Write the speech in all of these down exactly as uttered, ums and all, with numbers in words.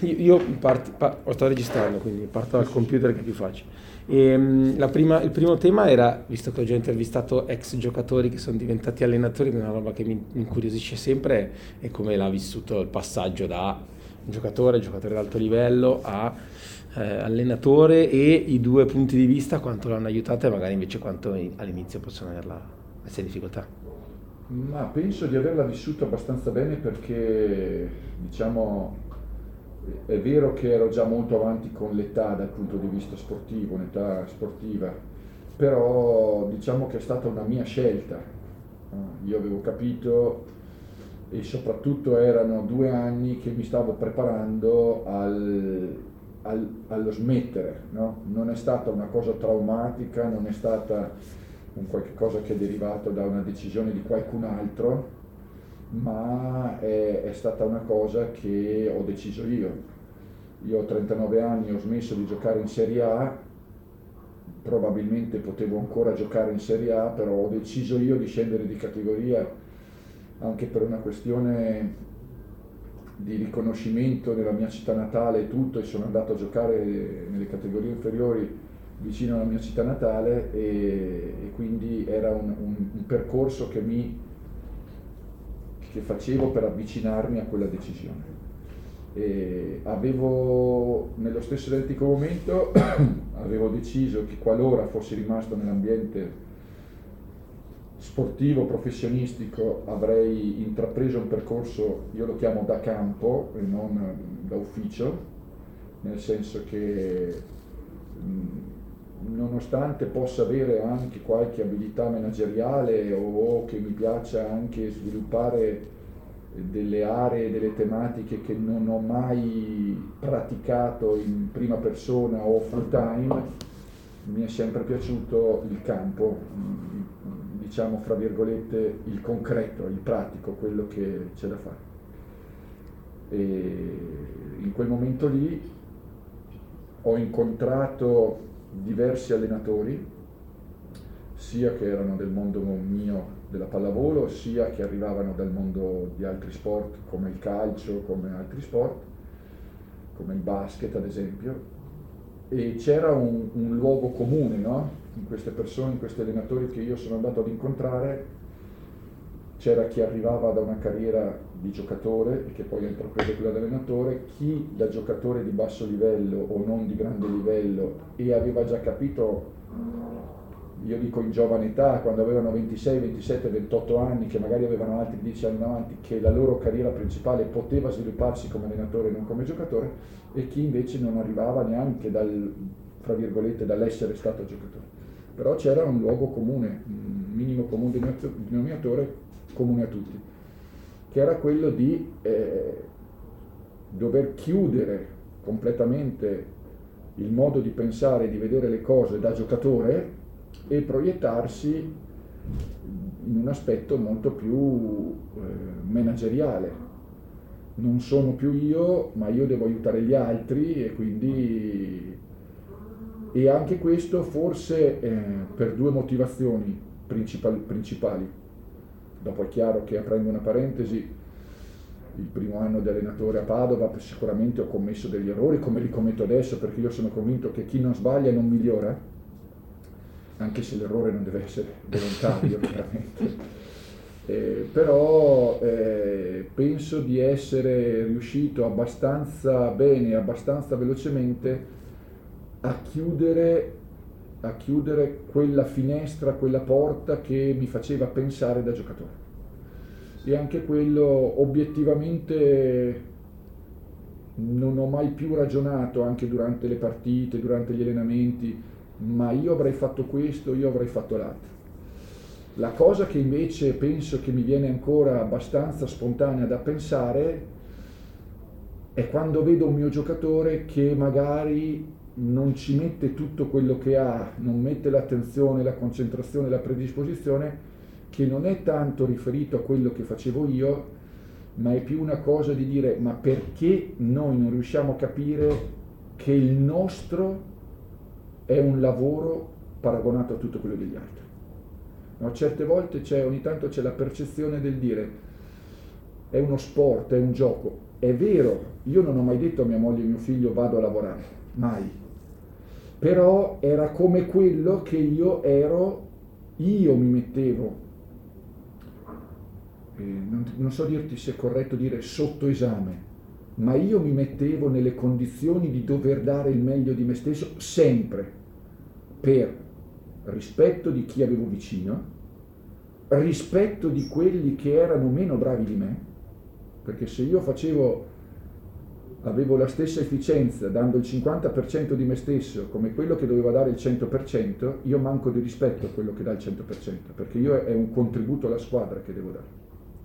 io, io part, pa, lo sto registrando, quindi parto dal computer che è più facile. E, um, la prima, il primo tema era, visto che ho già intervistato ex giocatori che sono diventati allenatori, una roba che mi, mi incuriosisce sempre è, è come l'ha vissuto il passaggio da giocatore, giocatore d'alto livello a eh, allenatore, e i due punti di vista, quanto l'hanno aiutata e magari invece quanto all'inizio possono averla messa in difficoltà. Ma penso di averla vissuta abbastanza bene perché, diciamo, è vero che ero già molto avanti con l'età dal punto di vista sportivo, un'età sportiva, però diciamo che è stata una mia scelta. Io avevo capito, e soprattutto erano due anni che mi stavo preparando al, al, allo smettere, no? Non è stata una cosa traumatica, non è stata un qualche cosa che è derivato da una decisione di qualcun altro, ma è, è stata una cosa che ho deciso io. Io ho trentanove anni, ho smesso di giocare in Serie A, probabilmente potevo ancora giocare in Serie A, però ho deciso io di scendere di categoria anche per una questione di riconoscimento della mia città natale e tutto, e sono andato a giocare nelle categorie inferiori vicino alla mia città natale, e, e quindi era un, un, un percorso che mi che facevo per avvicinarmi a quella decisione. E avevo, nello stesso identico momento, avevo deciso che qualora fossi rimasto nell'ambiente sportivo, professionistico, avrei intrapreso un percorso, io lo chiamo da campo e non da ufficio, nel senso che nonostante possa avere anche qualche abilità manageriale o che mi piaccia anche sviluppare delle aree, delle tematiche che non ho mai praticato in prima persona o full time, mi è sempre piaciuto il campo, diciamo fra virgolette il concreto, il pratico, quello che c'è da fare. E in quel momento lì ho incontrato diversi allenatori, sia che erano del mondo mio della pallavolo, sia che arrivavano dal mondo di altri sport come il calcio, come altri sport, come il basket ad esempio, e c'era un, un luogo comune, no? In queste persone, in questi allenatori che io sono andato ad incontrare, c'era chi arrivava da una carriera di giocatore e che poi ha intrapreso quella da allenatore, chi da giocatore di basso livello o non di grande livello e aveva già capito, io dico in giovane età, quando avevano ventisei, ventisette, ventotto anni, che magari avevano altri dieci anni avanti, che la loro carriera principale poteva svilupparsi come allenatore e non come giocatore, e chi invece non arrivava neanche dal, fra virgolette, dall'essere stato giocatore. Però c'era un luogo comune, un minimo comune denominatore comune a tutti, che era quello di eh, dover chiudere completamente il modo di pensare e di vedere le cose da giocatore e proiettarsi in un aspetto molto più eh, manageriale. Non sono più io, ma io devo aiutare gli altri, e quindi e anche questo forse eh, per due motivazioni principali, principali. Dopo è chiaro che, aprendo una parentesi, il primo anno di allenatore a Padova sicuramente ho commesso degli errori, come li commetto adesso, perché io sono convinto che chi non sbaglia non migliora, anche se l'errore non deve essere volontario veramente. Eh, però eh, penso di essere riuscito abbastanza bene, abbastanza velocemente a chiudere a chiudere quella finestra, quella porta che mi faceva pensare da giocatore. E anche quello, obiettivamente, non ho mai più ragionato, anche durante le partite, durante gli allenamenti, ma io avrei fatto questo, io avrei fatto l'altro. La cosa che invece penso che mi viene ancora abbastanza spontanea da pensare è quando vedo un mio giocatore che magari non ci mette tutto quello che ha, non mette l'attenzione, la concentrazione, la predisposizione, che non è tanto riferito a quello che facevo io, ma è più una cosa di dire: ma perché noi non riusciamo a capire che il nostro è un lavoro paragonato a tutto quello degli altri? No, certe volte c'è, ogni tanto c'è la percezione del dire: è uno sport, è un gioco. è vero, io non ho mai detto a mia moglie e mio figlio vado a lavorare, mai. Però era come quello che io ero, io mi mettevo, eh, non, non so dirti se è corretto dire sotto esame, ma io mi mettevo nelle condizioni di dover dare il meglio di me stesso sempre, per rispetto di chi avevo vicino, rispetto di quelli che erano meno bravi di me, perché se io facevo, avevo la stessa efficienza dando il cinquanta per cento di me stesso come quello che doveva dare il cento per cento, io manco di rispetto a quello che dà il cento per cento, perché io è un contributo alla squadra che devo dare.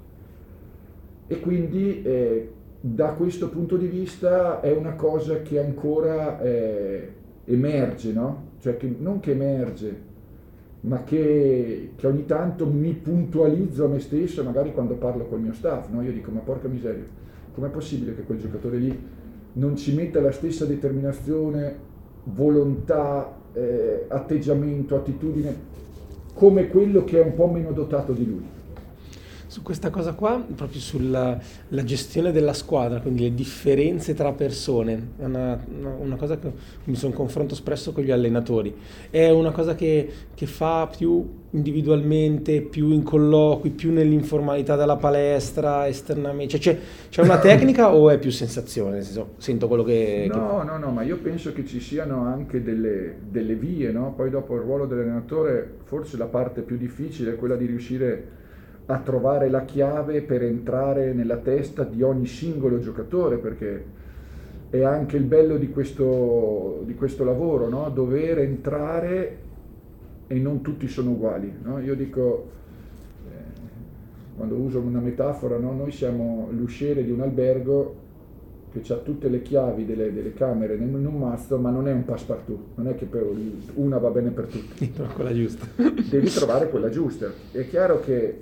E quindi eh, da questo punto di vista è una cosa che ancora eh, emerge, no? Cioè che non che emerge, ma che, che ogni tanto mi puntualizzo a me stesso, magari quando parlo col mio staff, no? Io dico, ma porca miseria, com'è possibile che quel giocatore lì non ci metta la stessa determinazione, volontà, eh, atteggiamento, attitudine, come quello che è un po' meno dotato di lui? Su questa cosa qua, proprio sulla la gestione della squadra, quindi le differenze tra persone, è una, una, una cosa che mi sono confronto spesso con gli allenatori, è una cosa che, che fa più individualmente, più in colloqui, più nell'informalità della palestra, esternamente, cioè c'è, c'è una tecnica o è più sensazione? Nel senso, sento quello che... No, che... no, no, ma io penso che ci siano anche delle, delle vie, no? Poi dopo il ruolo dell'allenatore, forse la parte più difficile è quella di riuscire a trovare la chiave per entrare nella testa di ogni singolo giocatore, perché è anche il bello di questo, di questo lavoro, no? Dover entrare e non tutti sono uguali, no? Io dico, eh, quando uso una metafora, no? Noi siamo l'usciere di un albergo che ha tutte le chiavi delle, delle camere in un mazzo, ma non è un passepartout, non è che per una va bene per tutti. No, quella giusta. Devi trovare quella giusta. È chiaro che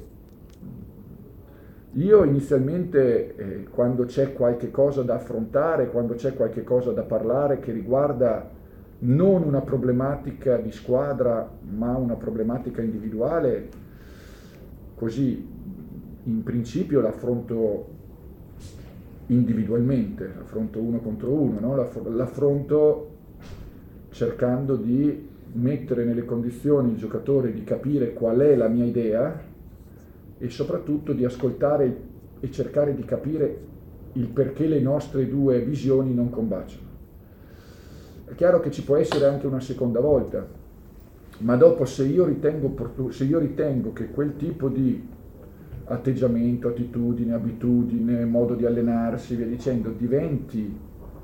io inizialmente, eh, quando c'è qualche cosa da affrontare, quando c'è qualche cosa da parlare che riguarda non una problematica di squadra, ma una problematica individuale, così in principio l'affronto individualmente, l'affronto uno contro uno, no? L'affronto cercando di mettere nelle condizioni il giocatore di capire qual è la mia idea e soprattutto di ascoltare e cercare di capire il perché le nostre due visioni non combaciano. È chiaro che ci può essere anche una seconda volta, ma dopo se io ritengo, se io ritengo che quel tipo di atteggiamento, attitudine, abitudine, modo di allenarsi, via dicendo, diventi,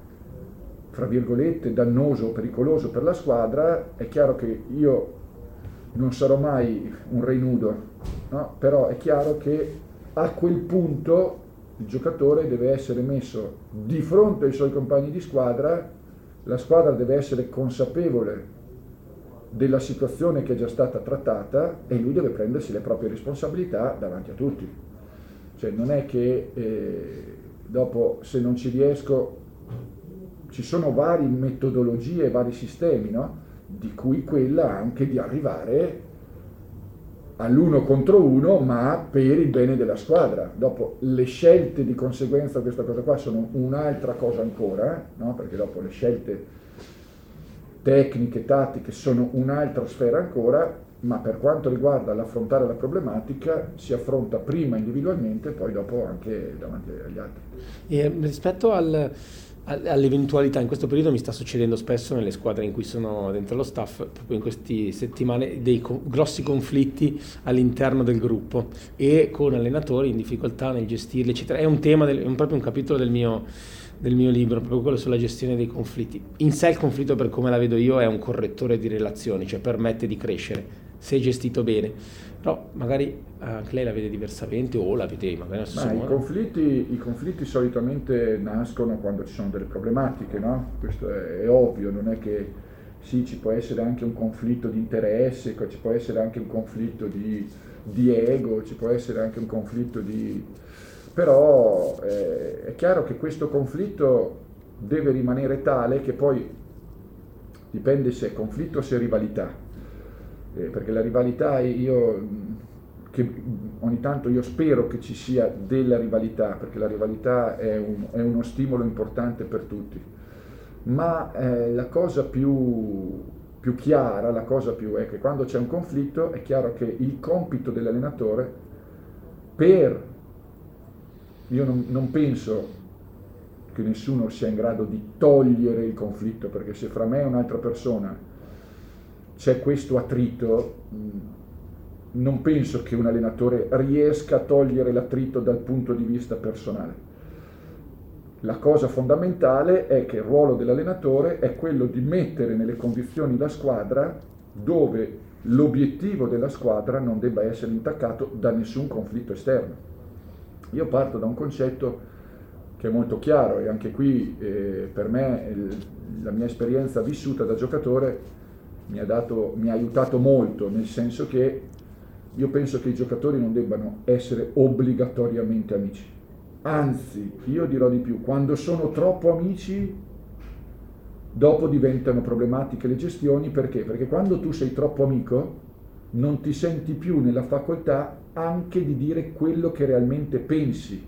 fra virgolette, dannoso o pericoloso per la squadra, è chiaro che io non sarò mai un re nudo, no? Però è chiaro che a quel punto il giocatore deve essere messo di fronte ai suoi compagni di squadra, la squadra deve essere consapevole della situazione che è già stata trattata e lui deve prendersi le proprie responsabilità davanti a tutti. Cioè non è che eh, dopo, se non ci riesco, ci sono varie metodologie, vari sistemi, no? Di cui quella anche di arrivare all'uno contro uno, ma per il bene della squadra. Dopo le scelte di conseguenza di questa cosa qua sono un'altra cosa ancora, no? Perché dopo le scelte tecniche, tattiche sono un'altra sfera ancora, ma per quanto riguarda l'affrontare la problematica si affronta prima individualmente e poi dopo anche davanti agli altri. E rispetto al, all'eventualità, in questo periodo mi sta succedendo spesso nelle squadre in cui sono dentro lo staff, proprio in queste settimane, dei co- grossi conflitti all'interno del gruppo e con allenatori in difficoltà nel gestirli, eccetera. È un tema, del, è un, proprio un capitolo del mio, del mio libro, proprio quello sulla gestione dei conflitti. In sé il conflitto, per come la vedo io, è un correttore di relazioni, cioè permette di crescere, se gestito bene. Però magari anche lei la vede diversamente o la vede magari Ma i conflitti, i conflitti solitamente nascono quando ci sono delle problematiche, no? Questo è, è ovvio, non è che sì, ci può essere anche un conflitto di interesse, ci può essere anche un conflitto di, di ego, ci può essere anche un conflitto di... però eh, è chiaro che questo conflitto deve rimanere tale che poi dipende se è conflitto o se è rivalità. Eh, perché la rivalità, io che ogni tanto io spero che ci sia della rivalità, perché la rivalità è, un, è uno stimolo importante per tutti, ma eh, la cosa più, più chiara, la cosa più è che quando c'è un conflitto è chiaro che il compito dell'allenatore per, io non, non penso che nessuno sia in grado di togliere il conflitto, perché se fra me e un'altra persona c'è questo attrito, non penso che un allenatore riesca a togliere l'attrito dal punto di vista personale. La cosa fondamentale è che il ruolo dell'allenatore è quello di mettere nelle condizioni la squadra dove l'obiettivo della squadra non debba essere intaccato da nessun conflitto esterno. Io parto da un concetto che è molto chiaro, e anche qui eh, per me il, la mia esperienza vissuta da giocatore mi ha, dato, mi ha aiutato molto, nel senso che io penso che i giocatori non debbano essere obbligatoriamente amici. Anzi, io dirò di più, quando sono troppo amici, dopo diventano problematiche le gestioni. Perché? Perché quando tu sei troppo amico, non ti senti più nella facoltà anche di dire quello che realmente pensi.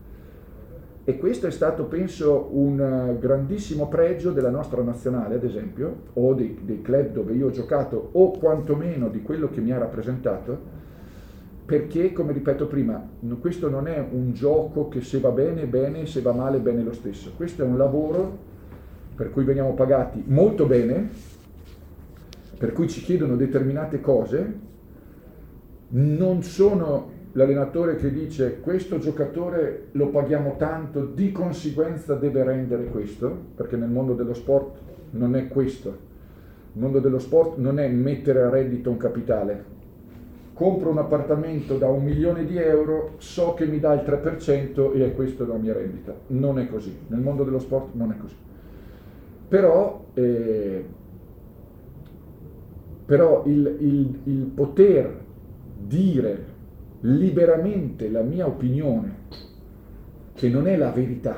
E questo è stato, penso, un grandissimo pregio della nostra nazionale, ad esempio, o dei, dei club dove io ho giocato, o quantomeno di quello che mi ha rappresentato, perché, come ripeto prima, questo non è un gioco che se va bene, bene, se va male, bene lo stesso. Questo è un lavoro per cui veniamo pagati molto bene, per cui ci chiedono determinate cose, non sono l'allenatore che dice questo giocatore lo paghiamo tanto, di conseguenza deve rendere questo, perché nel mondo dello sport non è questo. Il mondo dello sport non è mettere a reddito un capitale. Compro un appartamento da un milione di euro, so che mi dà il tre per cento e è questa la mia rendita. Non è così, nel mondo dello sport non è così. Però, eh, però il, il, il poter dire liberamente la mia opinione, che non è la verità,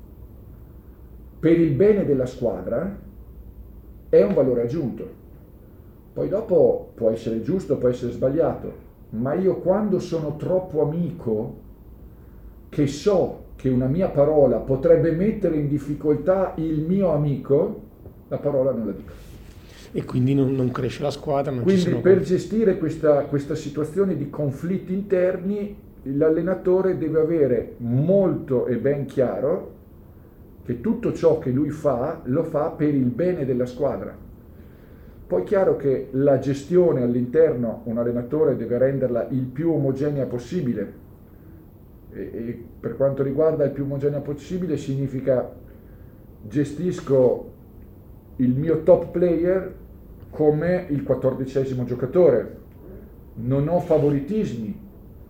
per il bene della squadra, è un valore aggiunto. Poi dopo può essere giusto, può essere sbagliato, ma io quando sono troppo amico, che so che una mia parola potrebbe mettere in difficoltà il mio amico, la parola non la dico. E quindi non, non cresce la squadra. Non quindi ci sono per conflitti. gestire questa, questa situazione di conflitti interni, l'allenatore deve avere molto e ben chiaro che tutto ciò che lui fa, lo fa per il bene della squadra. Poi è chiaro che la gestione all'interno, un allenatore deve renderla il più omogenea possibile, e, e per quanto riguarda il più omogenea possibile significa gestisco il mio top player come il quattordicesimo giocatore, non ho favoritismi,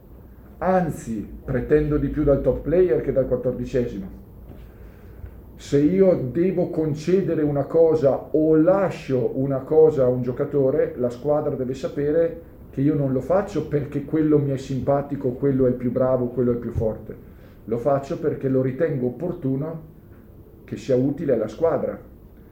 anzi pretendo di più dal top player che dal quattordicesimo. Se io devo concedere una cosa o lascio una cosa a un giocatore, la squadra deve sapere che io non lo faccio perché quello mi è simpatico, quello è il più bravo, quello è il più forte. Lo faccio perché lo ritengo opportuno che sia utile alla squadra.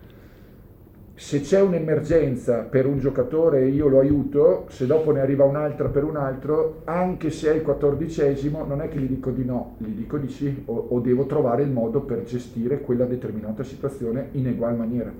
Se c'è un'emergenza per un giocatore e io lo aiuto, se dopo ne arriva un'altra per un altro, anche se è il quattordicesimo, non è che gli dico di no, gli dico di sì, o, o devo trovare il modo per gestire quella determinata situazione in egual maniera.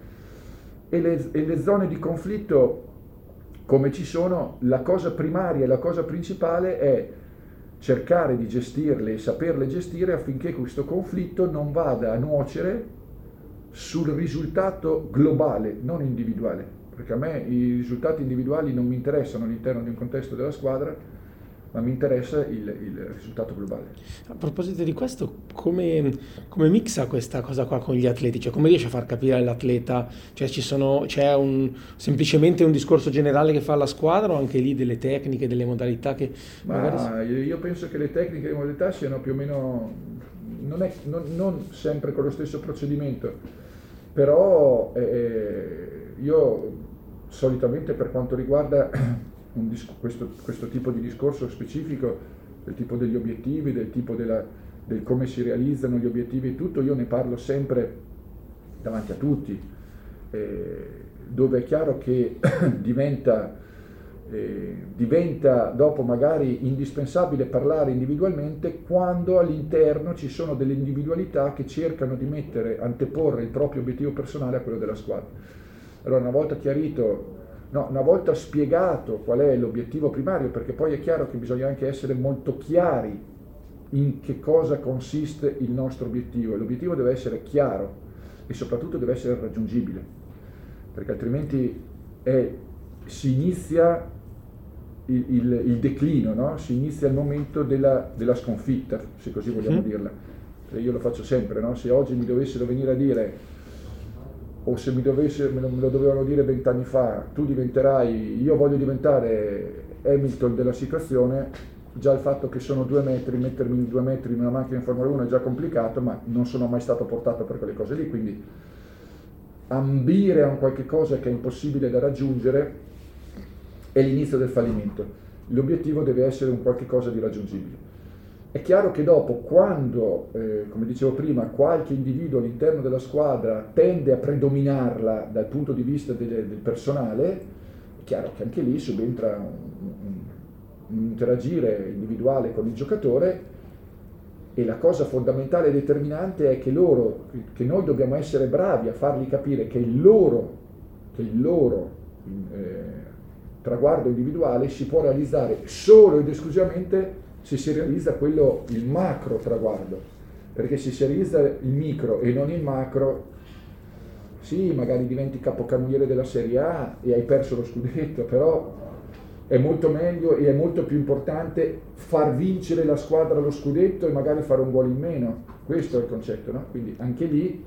E le, e le zone di conflitto, come ci sono, la cosa primaria e la cosa principale è cercare di gestirle e saperle gestire affinché questo conflitto non vada a nuocere sul risultato globale, non individuale, perché a me i risultati individuali non mi interessano all'interno di un contesto della squadra, ma mi interessa il, il risultato globale. A proposito di questo, come, come mixa questa cosa qua con gli atleti? Cioè, come riesce a far capire all'atleta? Cioè, ci sono, c'è un, semplicemente un discorso generale che fa la squadra, o anche lì delle tecniche, delle modalità che Ma magari... io penso che le tecniche e le modalità siano più o meno, non, è, non, non sempre con lo stesso procedimento, però eh, io solitamente, per quanto riguarda un disco, questo, questo tipo di discorso specifico, del tipo degli obiettivi, del tipo della, del come si realizzano gli obiettivi e tutto, io ne parlo sempre davanti a tutti, eh, dove è chiaro che diventa eh, diventa dopo magari indispensabile parlare individualmente quando all'interno ci sono delle individualità che cercano di mettere, anteporre il proprio obiettivo personale a quello della squadra. Allora, una volta chiarito, no, una volta spiegato qual è l'obiettivo primario, perché poi è chiaro che bisogna anche essere molto chiari in che cosa consiste il nostro obiettivo, e l'obiettivo deve essere chiaro e soprattutto deve essere raggiungibile, perché altrimenti è, si inizia il, il, il declino, no? Si inizia il momento della, della sconfitta, se così vogliamo dirla. E io lo faccio sempre, no? Se oggi mi dovessero venire a dire, o se mi dovesse, me lo, me lo dovevano dire vent'anni fa, tu diventerai, io voglio diventare Hamilton della situazione, già il fatto che sono due metri, mettermi in due metri in una macchina in Formula uno è già complicato, ma non sono mai stato portato per quelle cose lì, quindi ambire a un qualche cosa che è impossibile da raggiungere è l'inizio del fallimento. L'obiettivo deve essere un qualche cosa di raggiungibile. È chiaro che dopo, quando, eh, come dicevo prima, qualche individuo all'interno della squadra tende a predominarla dal punto di vista del, del personale, è chiaro che anche lì subentra un, un interagire individuale con il giocatore, e la cosa fondamentale e determinante è che loro, che noi dobbiamo essere bravi a fargli capire che il loro, che il loro eh, traguardo individuale si può realizzare solo ed esclusivamente se si realizza quello, il macro traguardo, perché se si realizza il micro e non il macro, sì, magari diventi capocannoniere della Serie A e hai perso lo scudetto, però è molto meglio e è molto più importante far vincere la squadra lo scudetto e magari fare un gol in meno. Questo è il concetto, no? Quindi anche lì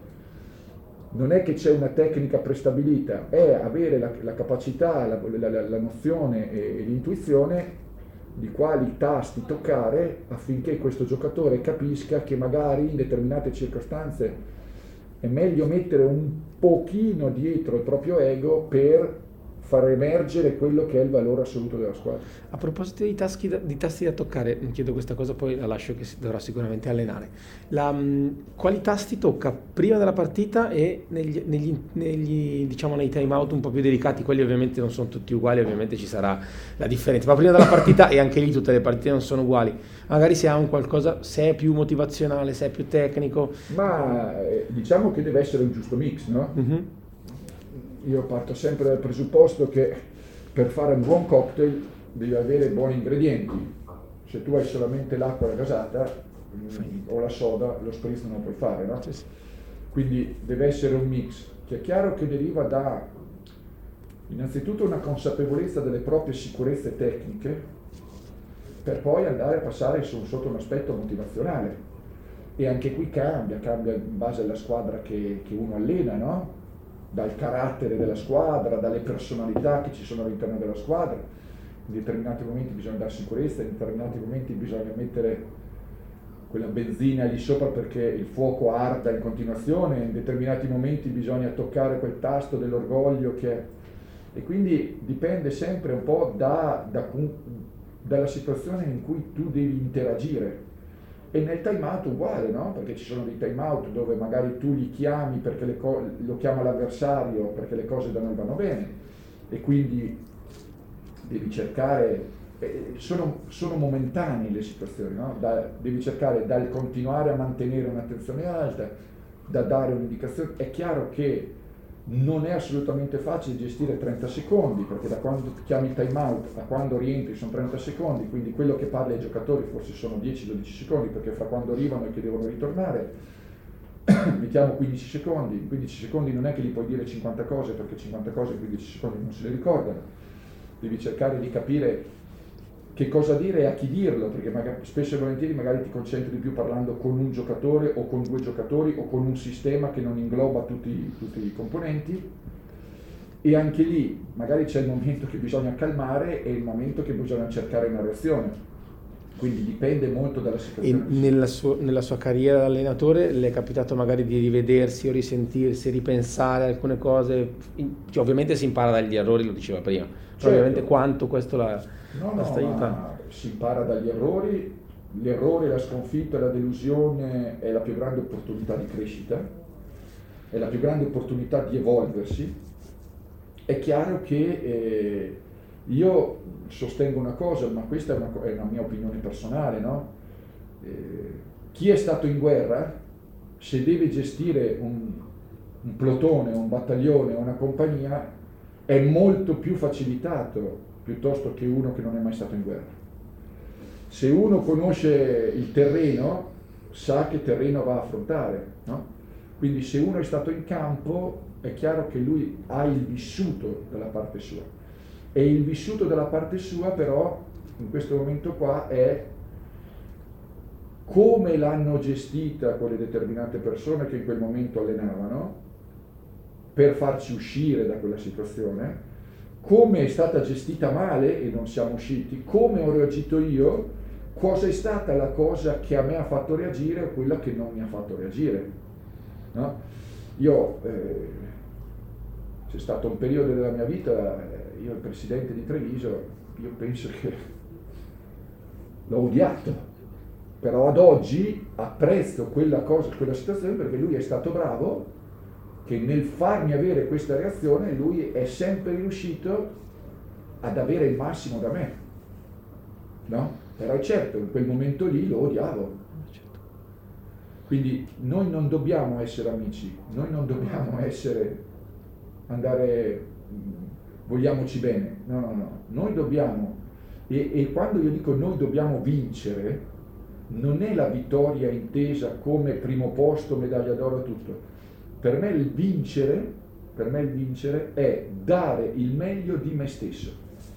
non è che c'è una tecnica prestabilita, è avere la, la capacità, la, la, la nozione e, e l'intuizione di quali tasti toccare affinché questo giocatore capisca che magari in determinate circostanze è meglio mettere un pochino dietro il proprio ego per far emergere quello che è il valore assoluto della squadra. A proposito di, taschi da, di tasti da toccare, mi chiedo questa cosa, poi la lascio che si dovrà sicuramente allenare. La, mh, quali tasti tocca prima della partita e negli, negli, negli, diciamo, nei time out un po' più delicati? Quelli ovviamente non sono tutti uguali, ovviamente ci sarà la differenza, ma prima della partita, e anche lì tutte le partite non sono uguali, magari se ha un qualcosa, se è più motivazionale, se è più tecnico. Ma eh, diciamo che deve essere un giusto mix, no? Mm-hmm. Io parto sempre dal presupposto che per fare un buon cocktail devi avere buoni ingredienti. Se tu hai solamente l'acqua gasata mh, o la soda, lo spritz non lo puoi fare, no? Sì, sì. Quindi deve essere un mix, che è chiaro che deriva da innanzitutto una consapevolezza delle proprie sicurezze tecniche, per poi andare a passare su, sotto un aspetto motivazionale. E anche qui cambia, cambia in base alla squadra che, che uno allena, no? Dal carattere della squadra, dalle personalità che ci sono all'interno della squadra. In determinati momenti bisogna dare sicurezza, in determinati momenti bisogna mettere quella benzina lì sopra perché il fuoco arda in continuazione, in determinati momenti bisogna toccare quel tasto dell'orgoglio che è... E quindi dipende sempre un po' da, da, dalla situazione in cui tu devi interagire. E nel time out uguale, no? Perché ci sono dei time out dove magari tu li chiami perché le co- lo chiama l'avversario perché le cose da noi vanno bene, e quindi devi cercare, eh, sono, sono momentanee le situazioni, no? Da, devi cercare dal continuare a mantenere un'attenzione alta, da dare un'indicazione. È chiaro che non è assolutamente facile gestire trenta secondi, perché da quando chiami il time out a quando rientri sono trenta secondi, quindi quello che parli ai giocatori forse sono dieci dodici secondi, perché fra quando arrivano e che devono ritornare mettiamo quindici secondi. In quindici secondi non è che gli puoi dire cinquanta cose, perché cinquanta cose in quindici secondi non se le ricordano. Devi cercare di capire che cosa dire e a chi dirlo, perché magari, spesso e volentieri magari ti concentri di più parlando con un giocatore o con due giocatori o con un sistema che non ingloba tutti, tutti i componenti, e anche lì magari c'è il momento che bisogna calmare e il momento che bisogna cercare una reazione, quindi dipende molto dalla situazione. E nella, suo, nella sua carriera da allenatore le è capitato magari di rivedersi o risentirsi, ripensare a alcune cose? Cioè, ovviamente si impara dagli errori, lo diceva prima, certo. Ovviamente quanto questo la... No, no, ma si impara dagli errori, l'errore, la sconfitta, la delusione è la più grande opportunità di crescita, è la più grande opportunità di evolversi. È chiaro che eh, Io sostengo una cosa, ma questa è una, è una mia opinione personale, no? Eh, chi è stato in guerra, se deve gestire un, un plotone, un battaglione, una compagnia, è molto più facilitato piuttosto che uno che non è mai stato in guerra. Se uno conosce il terreno, sa che terreno va a affrontare, no? Quindi se uno è stato in campo, è chiaro che lui ha il vissuto dalla parte sua. E il vissuto dalla parte sua, però, in questo momento qua, è come l'hanno gestita quelle determinate persone che in quel momento allenavano, per farci uscire da quella situazione, come è stata gestita male e non siamo usciti, come ho reagito io, cosa è stata la cosa che a me ha fatto reagire o quella che non mi ha fatto reagire, no? Io, eh, c'è stato un periodo della mia vita, eh, io il presidente di Treviso, io penso che l'ho odiato, però ad oggi apprezzo quella cosa, quella situazione, perché lui è stato bravo, che nel farmi avere questa reazione lui è sempre riuscito ad avere il massimo da me, no? Però certo, in quel momento lì lo odiavo. Quindi noi non dobbiamo essere amici, noi non dobbiamo essere, andare, vogliamoci bene, no, no, no, noi dobbiamo, e, e quando io dico noi dobbiamo vincere, non è la vittoria intesa come primo posto, medaglia d'oro, tutto. Per me il vincere, per me il vincere è dare il meglio di me stesso,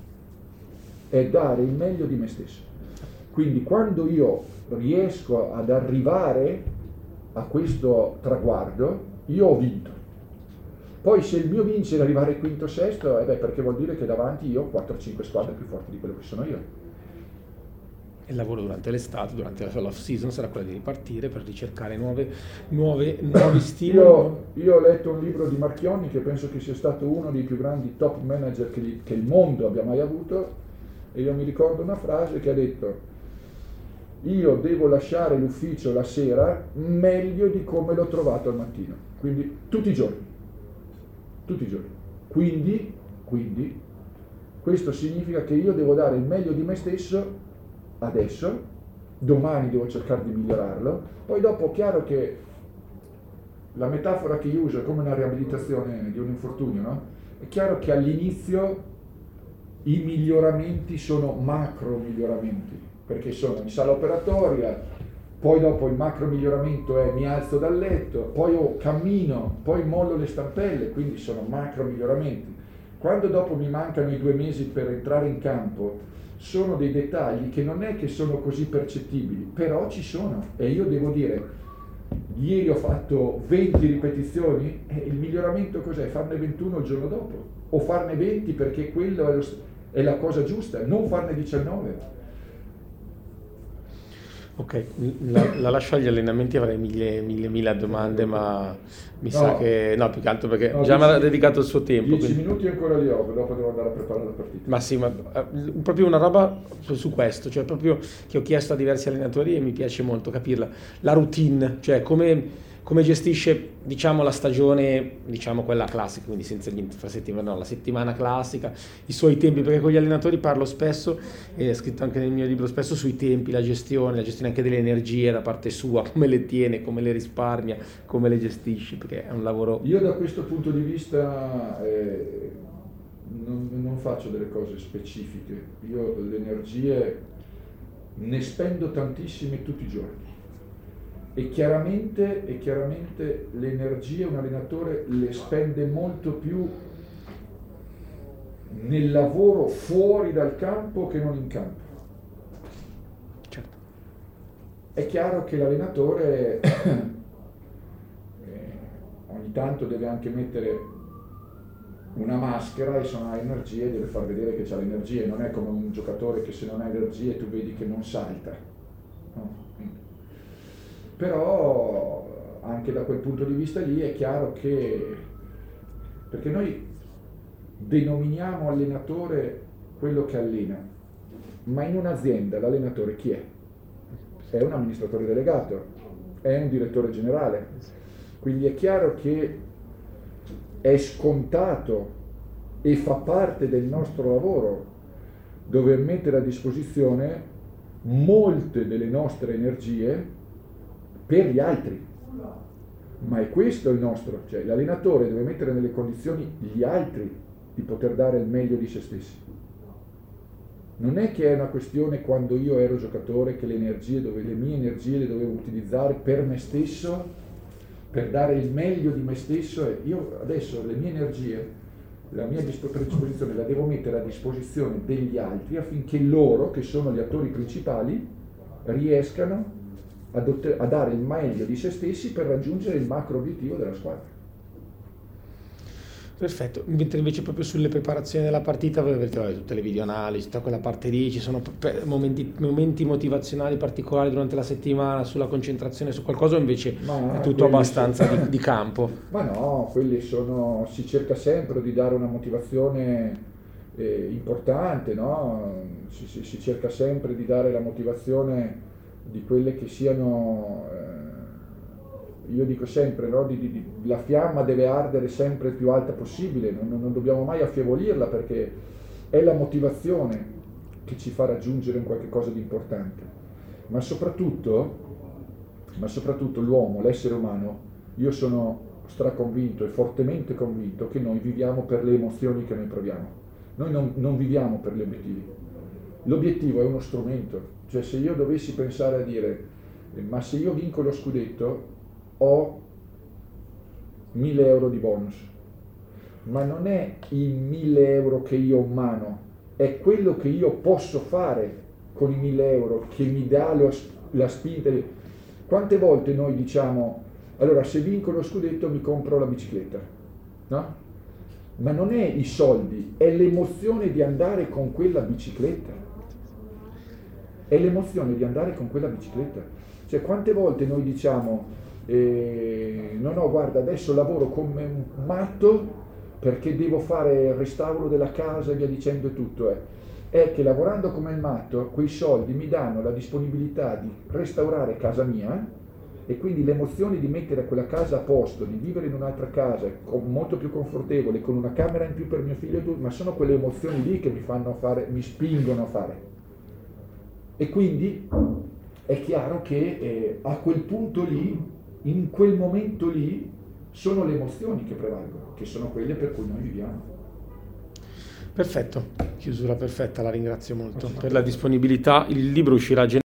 è dare il meglio di me stesso. Quindi quando io riesco ad arrivare a questo traguardo, io ho vinto. Poi se il mio vincere è arrivare quinto o sesto, eh beh, perché vuol dire che davanti io ho quattro cinque squadre più forti di quello che sono io. Il lavoro durante l'estate, durante la off season, sarà quello di ripartire per ricercare nuove, nuove, nuovi stimoli. Io, io ho letto un libro di Marchionni che penso che sia stato uno dei più grandi top manager che, li, che il mondo abbia mai avuto, e io mi ricordo una frase che ha detto: io devo lasciare l'ufficio la sera meglio di come l'ho trovato al mattino, quindi tutti i giorni, tutti i giorni. Quindi, quindi questo significa che io devo dare il meglio di me stesso adesso, domani devo cercare di migliorarlo, poi dopo chiaro che la metafora che io uso è come una riabilitazione di un infortunio, no? È chiaro che all'inizio i miglioramenti sono macro miglioramenti, perché sono in sala operatoria, poi dopo il macro miglioramento è mi alzo dal letto, poi oh, cammino, poi mollo le stampelle, quindi sono macro miglioramenti. Quando dopo mi mancano i due mesi per entrare in campo, sono dei dettagli che non è che sono così percettibili, però ci sono, e io devo dire, ieri ho fatto venti ripetizioni, e il miglioramento cos'è? Farne ventuno il giorno dopo, o farne venti perché quello è, lo, è la cosa giusta, non farne diciannove. Ok, la, la lascio agli allenamenti, avrei mille, mille, mille domande, ma mi no, sa che... No, più che altro perché no, già mi ha dedicato il suo tempo. dieci quindi... minuti ancora li ho, dopo devo andare a preparare la partita. Ma sì, ma uh, proprio una roba su, su questo, cioè proprio che ho chiesto a diversi allenatori e mi piace molto capirla. La routine, cioè come... come gestisce, diciamo, la stagione, diciamo quella classica, quindi senza gli infrasettimana, no, la settimana classica, i suoi tempi, perché con gli allenatori parlo spesso, e ho scritto anche nel mio libro spesso sui tempi, la gestione, la gestione anche delle energie da parte sua, come le tiene, come le risparmia, come le gestisce, perché è un lavoro... Io da questo punto di vista eh, non, non faccio delle cose specifiche, io le energie ne spendo tantissime tutti i giorni. E chiaramente, e chiaramente le energie un allenatore le spende molto più nel lavoro fuori dal campo che non in campo. Certo. È chiaro che l'allenatore eh, ogni tanto deve anche mettere una maschera e se non ha energie deve far vedere che ha le energie, non è come un giocatore che se non ha energie tu vedi che non salta. No? Però anche da quel punto di vista lì è chiaro che, perché noi denominiamo allenatore quello che allena, ma in un'azienda l'allenatore chi è? È un amministratore delegato, è un direttore generale, quindi è chiaro che è scontato e fa parte del nostro lavoro dover mettere a disposizione molte delle nostre energie per gli altri. Ma è questo il nostro, cioè l'allenatore deve mettere nelle condizioni gli altri di poter dare il meglio di se stessi. Non è che è una questione, quando io ero giocatore, che le energie, dove, le mie energie le dovevo utilizzare per me stesso, per dare il meglio di me stesso, e io adesso le mie energie, la mia predisposizione la devo mettere a disposizione degli altri affinché loro, che sono gli attori principali, riescano ad otter- a dare il meglio di se stessi per raggiungere il macro obiettivo della squadra. Perfetto, mentre invece proprio sulle preparazioni della partita voi avete vabbè, tutte le videoanalisi, tutta quella parte lì, ci sono pe- momenti, momenti motivazionali particolari durante la settimana sulla concentrazione su qualcosa, o invece Ma è tutto abbastanza sono... di, di campo? Ma no, quelli sono, si cerca sempre di dare una motivazione eh, importante, no? Si, si, si cerca sempre di dare la motivazione di quelle che siano... Eh, io dico sempre, no? di, di, di, la fiamma deve ardere sempre il più alta possibile, non, non dobbiamo mai affievolirla, perché è la motivazione che ci fa raggiungere un qualche cosa di importante. Ma soprattutto, ma soprattutto l'uomo, l'essere umano, io sono straconvinto e fortemente convinto che noi viviamo per le emozioni che noi proviamo. Noi non, non viviamo per gli obiettivi. L'obiettivo è uno strumento, cioè se io dovessi pensare a dire, ma se io vinco lo scudetto, ho mille euro di bonus, ma non è i mille euro che io ho in mano, è quello che io posso fare con i mille euro che mi dà lo, la spinta. Quante volte noi diciamo, allora se vinco lo scudetto mi compro la bicicletta, no? Ma non è i soldi, è l'emozione di andare con quella bicicletta, è l'emozione di andare con quella bicicletta. Cioè quante volte noi diciamo, Eh, no no guarda adesso lavoro come un matto perché devo fare il restauro della casa e via dicendo tutto, eh. È che lavorando come il matto quei soldi mi danno la disponibilità di restaurare casa mia e quindi l'emozione di mettere quella casa a posto, di vivere in un'altra casa molto più confortevole, con una camera in più per mio figlio e tutto, ma sono quelle emozioni lì che mi fanno fare, mi spingono a fare. E quindi è chiaro che eh, a quel punto lì, in quel momento lì, sono le emozioni che prevalgono, che sono quelle per cui noi viviamo. Perfetto, chiusura perfetta, la ringrazio molto per la disponibilità. Il libro uscirà a gennaio.